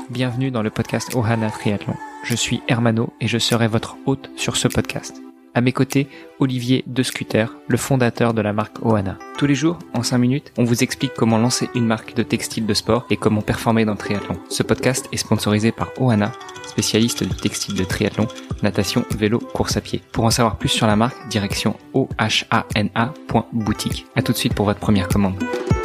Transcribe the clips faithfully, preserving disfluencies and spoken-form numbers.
bienvenue dans le podcast Ohana Triathlon. Je suis Hermano et je serai votre hôte sur ce podcast. À mes côtés, Olivier De Scuter, le fondateur de la marque Ohana. Tous les jours, en cinq minutes, on vous explique comment lancer une marque de textile de sport et comment performer dans le triathlon. Ce podcast est sponsorisé par Ohana, spécialiste du textile de triathlon, natation, vélo, course à pied. Pour en savoir plus sur la marque, direction ohana point boutique. À tout de suite pour votre première commande.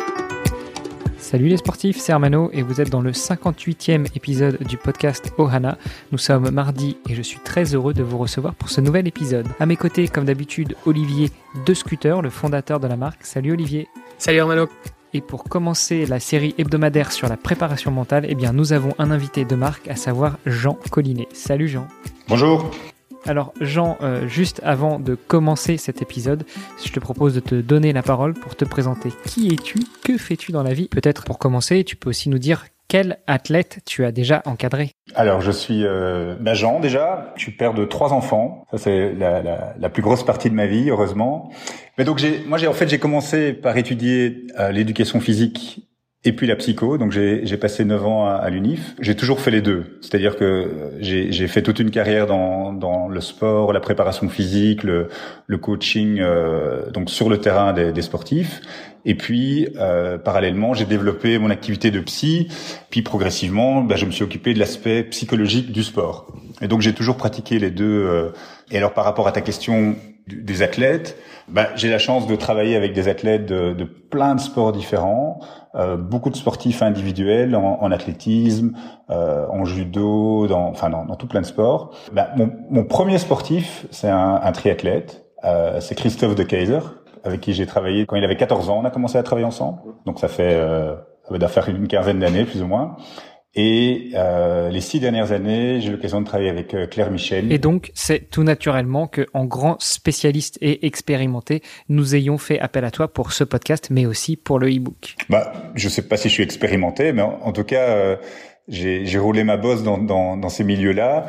Salut les sportifs, c'est Hermano et vous êtes dans le cinquante-huitième épisode du podcast Ohana. Nous sommes mardi et je suis très heureux de vous recevoir pour ce nouvel épisode. À mes côtés, comme d'habitude, Olivier De Scuter, le fondateur de la marque. Salut Olivier. Salut Hermano. Et pour commencer la série hebdomadaire sur la préparation mentale, eh bien nous avons un invité de marque, à savoir Jean Collinet. Salut Jean. Bonjour. Alors Jean, euh, juste avant de commencer cet épisode, je te propose de te donner la parole pour te présenter. Qui es-tu? Que fais-tu dans la vie? Peut-être pour commencer, tu peux aussi nous dire quel athlète tu as déjà encadré. Alors je suis euh, bah Jean déjà, je suis père de trois enfants. Ça c'est la, la, la plus grosse partie de ma vie, heureusement. Mais donc j'ai, moi j'ai en fait j'ai commencé par étudier euh, l'éducation physique et puis la psycho, donc j'ai, j'ai passé neuf ans à, à l'UNIF. J'ai toujours fait les deux, c'est-à-dire que j'ai, j'ai fait toute une carrière dans, dans le sport, la préparation physique, le, le coaching, euh, donc sur le terrain des, des sportifs. Et puis, euh, parallèlement, j'ai développé mon activité de psy. Puis progressivement, bah, je me suis occupé de l'aspect psychologique du sport. Et donc, j'ai toujours pratiqué les deux. Euh, et alors, par rapport à ta question des athlètes, bah, j'ai la chance de travailler avec des athlètes de, de plein de sports différents. Euh, beaucoup de sportifs individuels en, en athlétisme, euh, en judo, dans, enfin dans, dans tout plein de sports. Bah, mon, mon premier sportif, c'est un, un triathlète. Euh, c'est Christophe De Keyser, avec qui j'ai travaillé quand il avait quatorze ans. On a commencé à travailler ensemble. Donc ça fait euh, ça va faire une quinzaine d'années plus ou moins. Et euh, les six dernières années, j'ai eu l'occasion de travailler avec euh, Claire Michel. Et donc, c'est tout naturellement que, en grand spécialiste et expérimenté, nous ayons fait appel à toi pour ce podcast, mais aussi pour le e-book. Bah, je sais pas si je suis expérimenté, mais en, en tout cas, euh, j'ai, j'ai roulé ma bosse dans, dans, dans ces milieux-là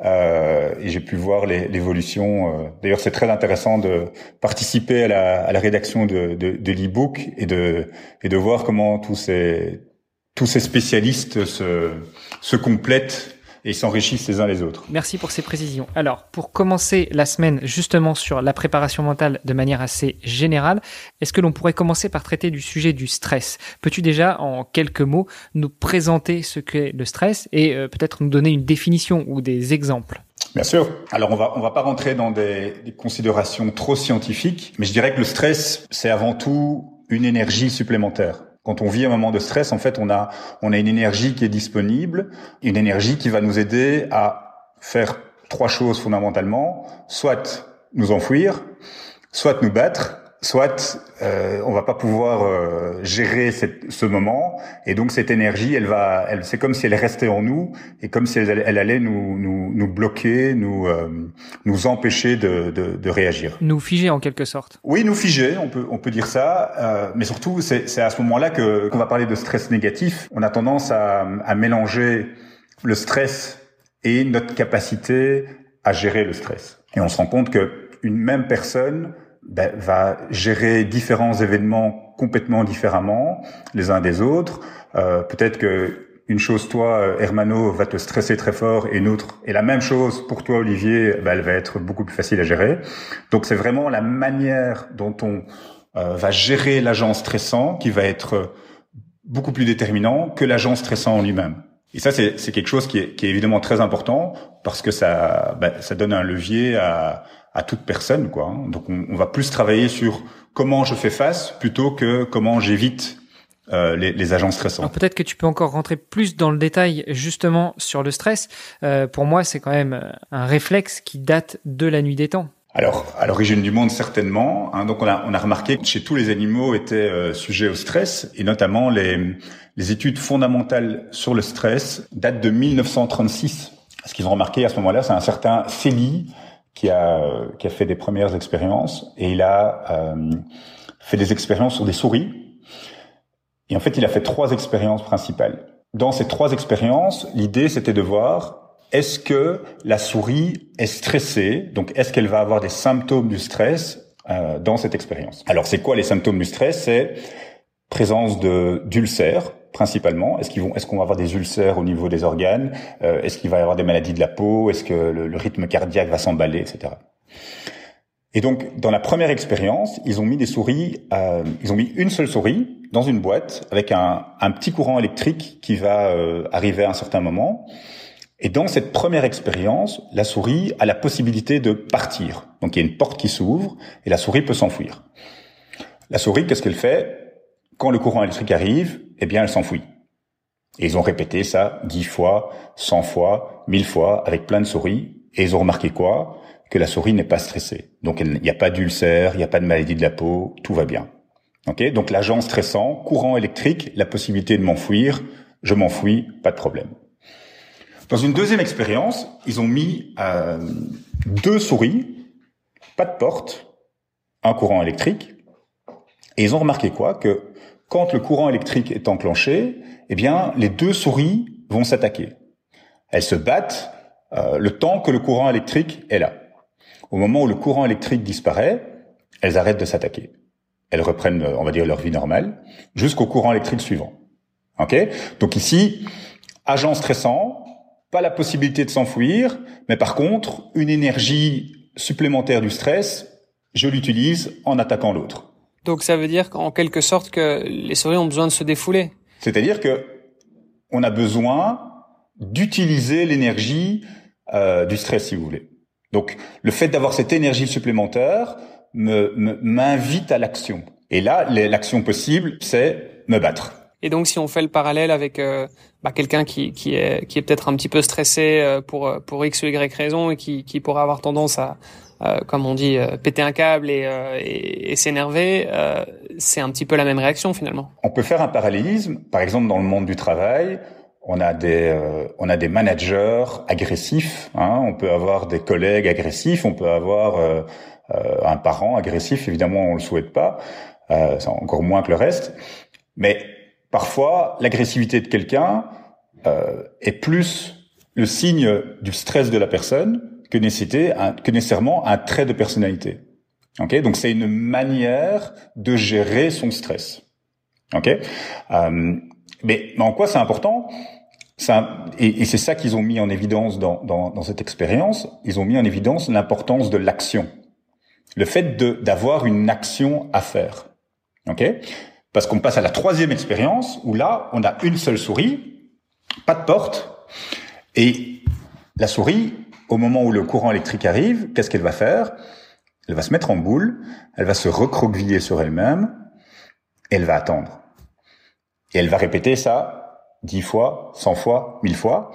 euh, et j'ai pu voir les, l'évolution. Euh. D'ailleurs, c'est très intéressant de participer à la, à la rédaction de, de, de l'e-book et de, et de voir comment tous ces tous ces spécialistes se, se complètent et s'enrichissent les uns les autres. Merci pour ces précisions. Alors, pour commencer la semaine justement sur la préparation mentale de manière assez générale, est-ce que l'on pourrait commencer par traiter du sujet du stress? Peux-tu déjà, en quelques mots, nous présenter ce qu'est le stress et euh, peut-être nous donner une définition ou des exemples? Bien sûr. Alors, on va, on va pas rentrer dans des, des considérations trop scientifiques, mais je dirais que le stress, c'est avant tout une énergie supplémentaire. Quand on vit un moment de stress, en fait, on a, on a une énergie qui est disponible, une énergie qui va nous aider à faire trois choses fondamentalement. Soit nous enfuir, soit nous battre, soit euh, on va pas pouvoir euh, gérer cette, ce moment. Et donc, cette énergie, elle va, elle, c'est comme si elle restait en nous et comme si elle, elle allait nous, nous, nous bloquer, nous, euh, nous empêcher de, de, de réagir. Nous figer en quelque sorte. Oui, nous figer, on peut, on peut dire ça. Euh, mais surtout, c'est, c'est à ce moment-là que qu'on va parler de stress négatif. On a tendance à, à mélanger le stress et notre capacité à gérer le stress. Et on se rend compte que une même personne ben, va gérer différents événements complètement différemment les uns des autres. Euh, peut-être que une chose, toi, Hermano, va te stresser très fort, et une autre, et la même chose pour toi, Olivier, ben, elle va être beaucoup plus facile à gérer. Donc, c'est vraiment la manière dont on euh, va gérer l'agent stressant qui va être beaucoup plus déterminant que l'agent stressant en lui-même. Et ça, c'est, c'est quelque chose qui est, qui est évidemment très important parce que ça, ben, ça donne un levier à à toute personne, quoi. Donc, on, on va plus travailler sur comment je fais face plutôt que comment j'évite euh, les, les agents stressants. Alors, peut-être que tu peux encore rentrer plus dans le détail justement sur le stress. Euh, pour moi, c'est quand même un réflexe qui date de la nuit des temps. Alors, à l'origine du monde, certainement. Hein, donc, on a, on a remarqué que chez tous les animaux étaient euh, sujets au stress, et notamment les, les études fondamentales sur le stress datent de mille neuf cent trente-six. Ce qu'ils ont remarqué à ce moment-là, c'est un certain Célie qui a qui a fait des premières expériences, et il a euh, fait des expériences sur des souris. Et en fait, il a fait trois expériences principales. Dans ces trois expériences, l'idée, c'était de voir est-ce que la souris est stressée, donc est-ce qu'elle va avoir des symptômes du stress euh, dans cette expérience. Alors, c'est quoi les symptômes du stress? C'est présence de d'ulcères, principalement. Est-ce qu'ils vont, est-ce qu'on va avoir des ulcères au niveau des organes? euh, Est-ce qu'il va y avoir des maladies de la peau? Est-ce que le, le rythme cardiaque va s'emballer, et cetera. Et donc, dans la première expérience, ils ont mis des souris, euh, ils ont mis une seule souris dans une boîte avec un, un petit courant électrique qui va euh, arriver à un certain moment. Et dans cette première expérience, la souris a la possibilité de partir. Donc, il y a une porte qui s'ouvre et la souris peut s'enfuir. La souris, qu'est-ce qu'elle fait? Quand le courant électrique arrive, eh bien, elle s'enfuit. Et ils ont répété ça dix fois, cent fois, mille fois avec plein de souris. Et ils ont remarqué quoi? Que la souris n'est pas stressée. Donc, il n'y a pas d'ulcère, il n'y a pas de maladie de la peau, tout va bien. Okay? Donc, l'agent stressant, courant électrique, la possibilité de m'enfuir, je m'enfuis, pas de problème. Dans une deuxième expérience, ils ont mis euh, deux souris, pas de porte, un courant électrique, et ils ont remarqué quoi? Que quand le courant électrique est enclenché, eh bien, les deux souris vont s'attaquer. Elles se battent euh, le temps que le courant électrique est là. Au moment où le courant électrique disparaît, elles arrêtent de s'attaquer. Elles reprennent, on va dire, leur vie normale, jusqu'au courant électrique suivant. Ok? Donc ici, agent stressant, pas la possibilité de s'enfuir, mais par contre, une énergie supplémentaire du stress, je l'utilise en attaquant l'autre. Donc ça veut dire qu'en quelque sorte que les souris ont besoin de se défouler. C'est-à-dire que on a besoin d'utiliser l'énergie euh, du stress, si vous voulez. Donc, le fait d'avoir cette énergie supplémentaire me, me, m'invite à l'action. Et là, l'action possible, c'est me battre. Et donc, si on fait le parallèle avec euh, bah, quelqu'un qui, qui est, qui est peut-être un petit peu stressé euh, pour pour X ou Y raison et qui, qui pourrait avoir tendance à, euh, comme on dit, euh, péter un câble et, euh, et, et s'énerver, euh, c'est un petit peu la même réaction finalement. On peut faire un parallélisme. Par exemple, dans le monde du travail, on a des euh, on a des managers agressifs, hein, on peut avoir des collègues agressifs, on peut avoir euh, euh, un parent agressif, évidemment on le souhaite pas, euh, c'est encore moins que le reste, mais parfois l'agressivité de quelqu'un euh, est plus le signe du stress de la personne que nécessité, un, que nécessairement un trait de personnalité. OK, donc c'est une manière de gérer son stress. OK, euh, Mais, mais en quoi c'est important? Ça, et, et c'est ça qu'ils ont mis en évidence dans, dans, dans cette expérience. Ils ont mis en évidence l'importance de l'action, le fait de d'avoir une action à faire. Ok? Parce qu'on passe à la troisième expérience où là, on a une seule souris, pas de porte, et la souris, au moment où le courant électrique arrive, qu'est-ce qu'elle va faire? Elle va se mettre en boule, elle va se recroqueviller sur elle-même, et elle va attendre. Et elle va répéter ça dix fois, cent fois, mille fois.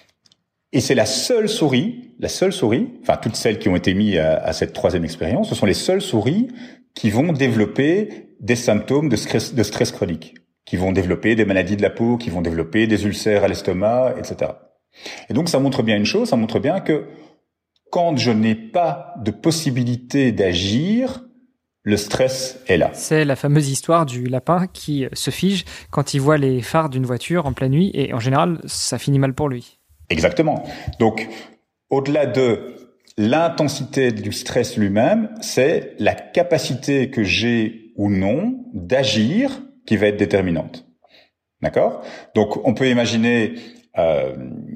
Et c'est la seule souris, la seule souris, enfin toutes celles qui ont été mises à, à cette troisième expérience, ce sont les seules souris qui vont développer des symptômes de stress, de stress chronique, qui vont développer des maladies de la peau, qui vont développer des ulcères à l'estomac, et cetera. Et donc ça montre bien une chose, ça montre bien que quand je n'ai pas de possibilité d'agir, le stress est là. C'est la fameuse histoire du lapin qui se fige quand il voit les phares d'une voiture en pleine nuit et en général, ça finit mal pour lui. Exactement. Donc, au-delà de l'intensité du stress lui-même, c'est la capacité que j'ai ou non d'agir qui va être déterminante. D'accord? Donc, on peut imaginer, euh,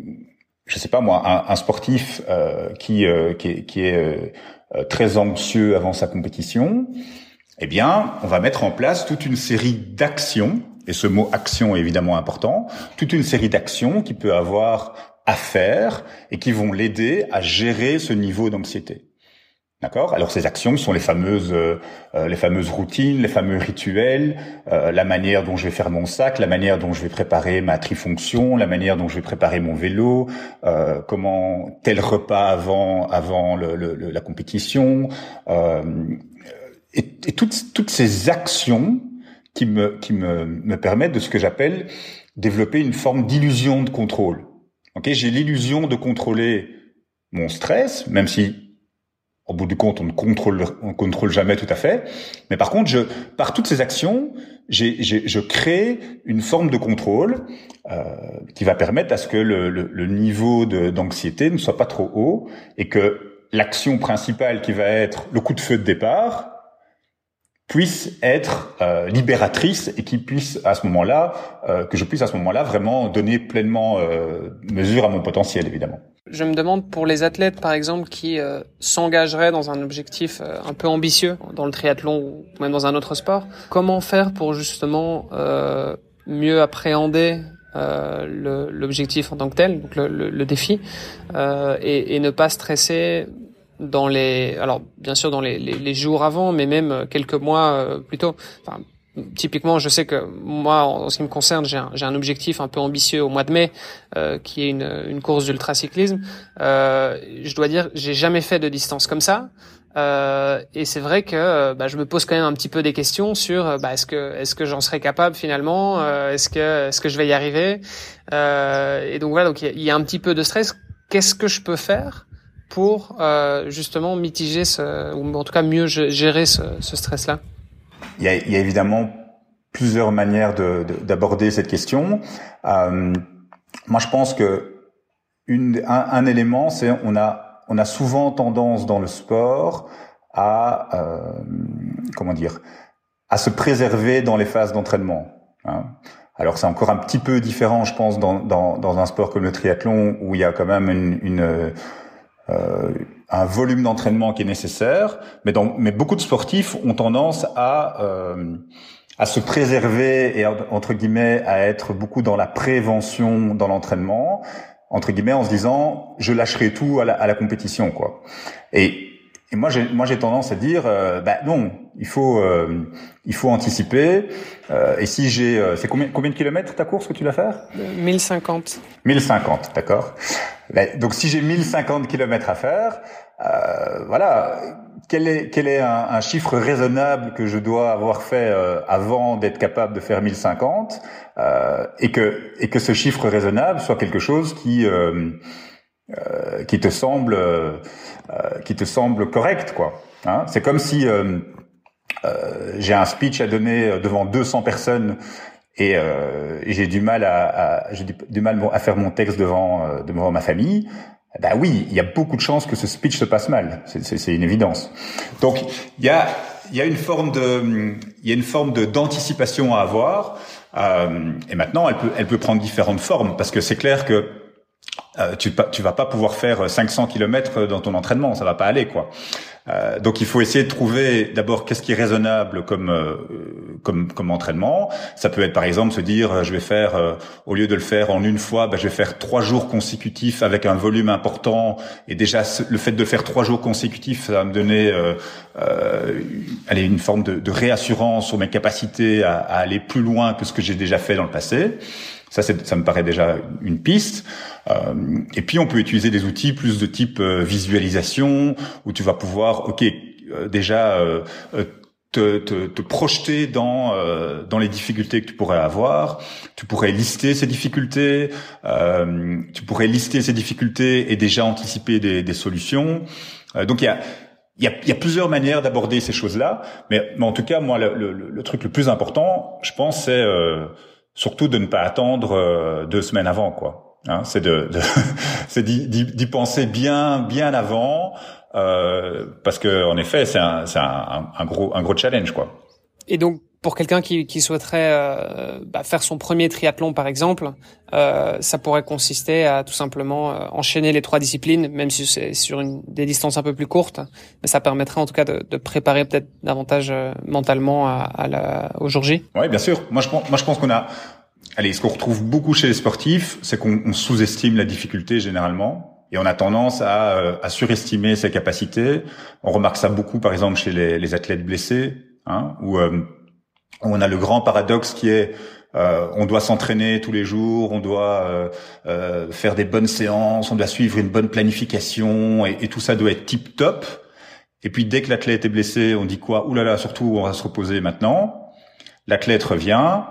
je sais pas moi, un, un sportif euh, qui, euh, qui est, qui est euh, très anxieux avant sa compétition, eh bien, on va mettre en place toute une série d'actions, et ce mot action est évidemment important, toute une série d'actions qu'il peut avoir à faire et qui vont l'aider à gérer ce niveau d'anxiété. D'accord? Alors ces actions sont les fameuses euh, les fameuses routines, les fameux rituels, euh, la manière dont je vais faire mon sac, la manière dont je vais préparer ma trifonction, la manière dont je vais préparer mon vélo, euh, comment tel repas avant avant le, le, la compétition, euh, et, et toutes toutes ces actions qui me qui me me permettent de ce que j'appelle développer une forme d'illusion de contrôle. OK, j'ai l'illusion de contrôler mon stress, même si au bout du compte, on ne contrôle, on contrôle jamais tout à fait. Mais par contre, je, par toutes ces actions, j'ai, j'ai, je crée une forme de contrôle euh, qui va permettre à ce que le, le, le niveau de, d'anxiété ne soit pas trop haut et que l'action principale qui va être le coup de feu de départ puisse être euh, libératrice et qui puisse à ce moment-là, euh, que je puisse à ce moment-là vraiment donner pleinement euh, mesure à mon potentiel, évidemment. Je me demande pour les athlètes, par exemple, qui euh, s'engageraient dans un objectif euh, un peu ambitieux, dans le triathlon ou même dans un autre sport, comment faire pour justement euh, mieux appréhender euh, le, l'objectif en tant que tel, donc le, le, le défi, euh, et, et ne pas stresser dans les, alors bien sûr dans les, les, les jours avant, mais même quelques mois euh, plus tôt. Enfin, typiquement, je sais que moi, en ce qui me concerne, j'ai un, j'ai un objectif un peu ambitieux au mois de mai, euh, qui est une, une course d'ultracyclisme. Euh, je dois dire, j'ai jamais fait de distance comme ça. Euh, et c'est vrai que bah, je me pose quand même un petit peu des questions sur bah, est-ce que est-ce que j'en serai capable finalement, euh, est-ce que est-ce que je vais y arriver. Euh, et donc voilà, donc il y, y a un petit peu de stress. Qu'est-ce que je peux faire pour euh, justement mitiger ce, ou en tout cas mieux gérer ce, ce stress-là? Il y a, il y a évidemment plusieurs manières de, de, d'aborder cette question. Euh, moi, je pense que une, un, un élément, c'est on a, on a souvent tendance dans le sport à, euh, comment dire, à se préserver dans les phases d'entraînement. Hein. Alors, c'est encore un petit peu différent, je pense, dans, dans, dans un sport comme le triathlon, où il y a quand même une, une euh, un volume d'entraînement qui est nécessaire, mais, dans, mais beaucoup de sportifs ont tendance à euh, à se préserver et entre guillemets à être beaucoup dans la prévention dans l'entraînement, entre guillemets en se disant je lâcherai tout à la, à la compétition quoi. Et, et moi j'ai moi j'ai tendance à dire euh, bah non, il faut euh, il faut anticiper. Euh, et si j'ai euh, c'est combien combien de kilomètres ta course que tu vas faire? mille cinquante. mille cinquante, d'accord. Donc si j'ai mille cinquante kilomètres à faire, euh, voilà, quel est quel est un, un chiffre raisonnable que je dois avoir fait euh, avant d'être capable de faire mille cinquante, euh, et que et que ce chiffre raisonnable soit quelque chose qui euh, euh, qui te semble euh, qui te semble correct quoi. Hein, c'est comme si euh, euh, j'ai un speech à donner devant deux cents personnes. Et, euh, et j'ai du mal à, à j'ai du, du mal à faire mon texte devant euh, devant ma famille. Ben oui, il y a beaucoup de chances que ce speech se passe mal. C'est, c'est, c'est une évidence. Donc il y a il y a une forme de il y a une forme de d'anticipation à avoir. Euh, et maintenant, elle peut elle peut prendre différentes formes parce que c'est clair que euh, tu tu vas pas pouvoir faire cinq cents kilomètres dans ton entraînement, ça va pas aller quoi. Euh, donc il faut essayer de trouver d'abord qu'est-ce qui est raisonnable comme euh, comme comme entraînement. Ça peut être par exemple se dire je vais faire euh, au lieu de le faire en une fois, ben, je vais faire trois jours consécutifs avec un volume important. Et déjà le fait de le faire trois jours consécutifs, ça va me donner euh, euh, allez, une forme de, de réassurance sur mes capacités à, à aller plus loin que ce que j'ai déjà fait dans le passé. Ça, c'est, ça me paraît déjà une piste. Euh, et puis, on peut utiliser des outils plus de type euh, visualisation, où tu vas pouvoir, ok, euh, déjà euh, te, te, te projeter dans euh, dans les difficultés que tu pourrais avoir. Tu pourrais lister ces difficultés. Euh, tu pourrais lister ces difficultés et déjà anticiper des, des solutions. Euh, donc, il y a il y a, il y a plusieurs manières d'aborder ces choses-là. Mais, mais en tout cas, moi, le, le, le truc le plus important, je pense, c'est euh, surtout de ne pas attendre euh, deux semaines avant, quoi. Hein, c'est de, de c'est d'y, d'y penser bien, bien avant, euh, parce que en effet, c'est un, c'est un, un gros, un gros challenge, quoi. Et donc, pour quelqu'un qui, qui souhaiterait euh, bah, faire son premier triathlon, par exemple, euh, ça pourrait consister à tout simplement euh, enchaîner les trois disciplines, même si c'est sur une, des distances un peu plus courtes. Mais ça permettrait en tout cas de, de préparer peut-être davantage euh, mentalement à, à la, au jour J. Oui, bien sûr. Moi, je pense, moi, je pense qu'on a... Allez, ce qu'on retrouve beaucoup chez les sportifs, c'est qu'on on sous-estime la difficulté généralement. Et on a tendance à, à surestimer ses capacités. On remarque ça beaucoup, par exemple, chez les, les athlètes blessés, hein, où... Euh, on a le grand paradoxe qui est euh, on doit s'entraîner tous les jours, on doit euh, euh, faire des bonnes séances, on doit suivre une bonne planification et, et tout ça doit être tip top. Et puis dès que l'athlète est blessé, on dit quoi? Ouh là là, surtout on va se reposer maintenant. L'athlète revient.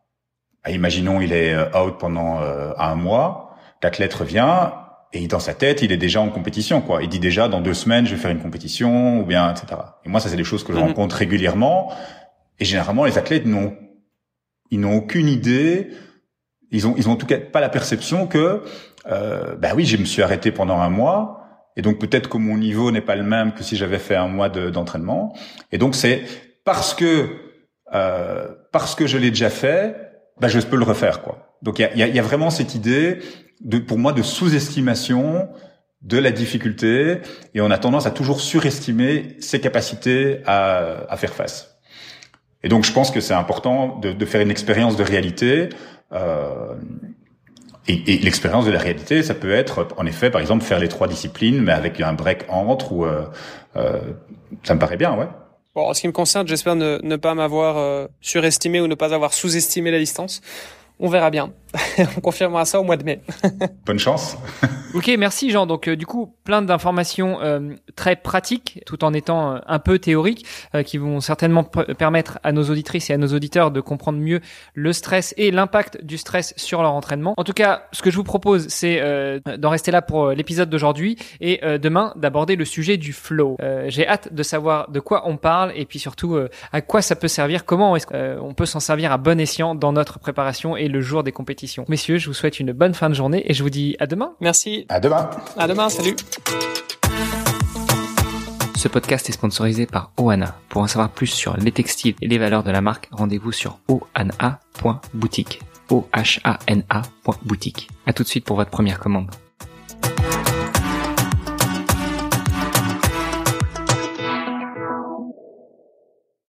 Ah, imaginons il est out pendant euh, un mois. L'athlète revient et dans sa tête il est déjà en compétition quoi. Il dit déjà dans deux semaines je vais faire une compétition ou bien et cetera. Et moi ça c'est des choses que je mmh. rencontre régulièrement. Et généralement, les athlètes n'ont, ils n'ont aucune idée, ils ont, ils ont en tout cas pas la perception que, euh, bah oui, je me suis arrêté pendant un mois, et donc peut-être que mon niveau n'est pas le même que si j'avais fait un mois de, d'entraînement. Et donc c'est, parce que euh, parce que je l'ai déjà fait, bah je peux le refaire, quoi. Donc il y a, y, a, y a vraiment cette idée de, pour moi, de sous-estimation de la difficulté, et on a tendance à toujours surestimer ses capacités à, à faire face. Et donc je pense que c'est important de, de faire une expérience de réalité. Euh, et, et l'expérience de la réalité, ça peut être, en effet, par exemple, faire les trois disciplines, mais avec un break entre, ou euh, euh, ça me paraît bien, ouais. Bon, en ce qui me concerne, j'espère ne, ne pas m'avoir euh, surestimé ou ne pas avoir sous-estimé la distance. On verra bien. On confirmera ça au mois de mai. Bonne chance. Ok, merci Jean. Donc euh, du coup, plein d'informations euh, très pratiques, tout en étant euh, un peu théoriques, euh, qui vont certainement p- permettre à nos auditrices et à nos auditeurs de comprendre mieux le stress et l'impact du stress sur leur entraînement. En tout cas, ce que je vous propose, c'est euh, d'en rester là pour l'épisode d'aujourd'hui et euh, demain d'aborder le sujet du flow. Euh, j'ai hâte de savoir de quoi on parle et puis surtout euh, à quoi ça peut servir, comment est-ce qu'on peut s'en servir à bon escient dans notre préparation et le jour des compétitions. Messieurs, je vous souhaite une bonne fin de journée et je vous dis à demain. Merci. À demain. À demain, salut. Ce podcast est sponsorisé par Ohana. Pour en savoir plus sur les textiles et les valeurs de la marque, rendez-vous sur ohana point boutique. O H A N A point boutique. À tout de suite pour votre première commande.